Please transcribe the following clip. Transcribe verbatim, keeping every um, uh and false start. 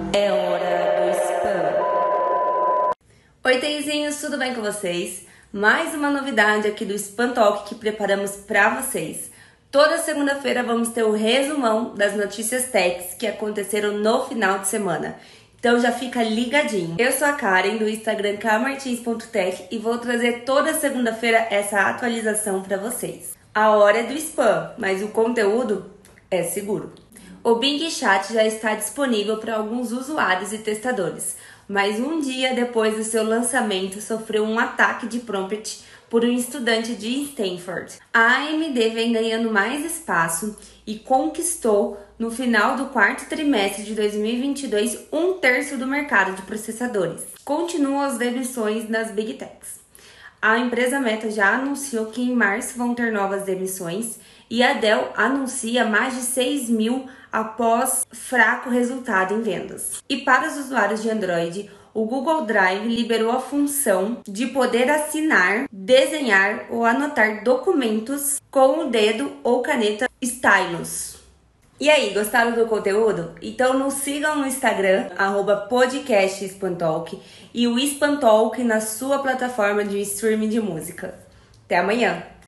É hora do spam. Oi, Teizinhos, tudo bem com vocês? Mais uma novidade aqui do Spam Talk que preparamos para vocês. Toda segunda-feira vamos ter o resumão das notícias techs que aconteceram no final de semana. Então já fica ligadinho. Eu sou a Karen do Instagram kamartins ponto tech e vou trazer toda segunda-feira essa atualização para vocês. A hora é do spam, mas o conteúdo é seguro. O Bing Chat já está disponível para alguns usuários e testadores, mas um dia depois do seu lançamento sofreu um ataque de prompt por um estudante de Stanford. A A M D vem ganhando mais espaço e conquistou, no final do quarto trimestre de dois mil e vinte e dois, um terço do mercado de processadores. Continuam as demissões nas Big Techs. A empresa Meta já anunciou que em março vão ter novas demissões e a Dell anuncia mais de seis mil após fraco resultado em vendas. E para os usuários de Android, o Google Drive liberou a função de poder assinar, desenhar ou anotar documentos com o dedo ou caneta stylus. E aí, gostaram do conteúdo? Então nos sigam no Instagram, arroba podcast Spamtalk, e o Spamtalk na sua plataforma de streaming de música. Até amanhã!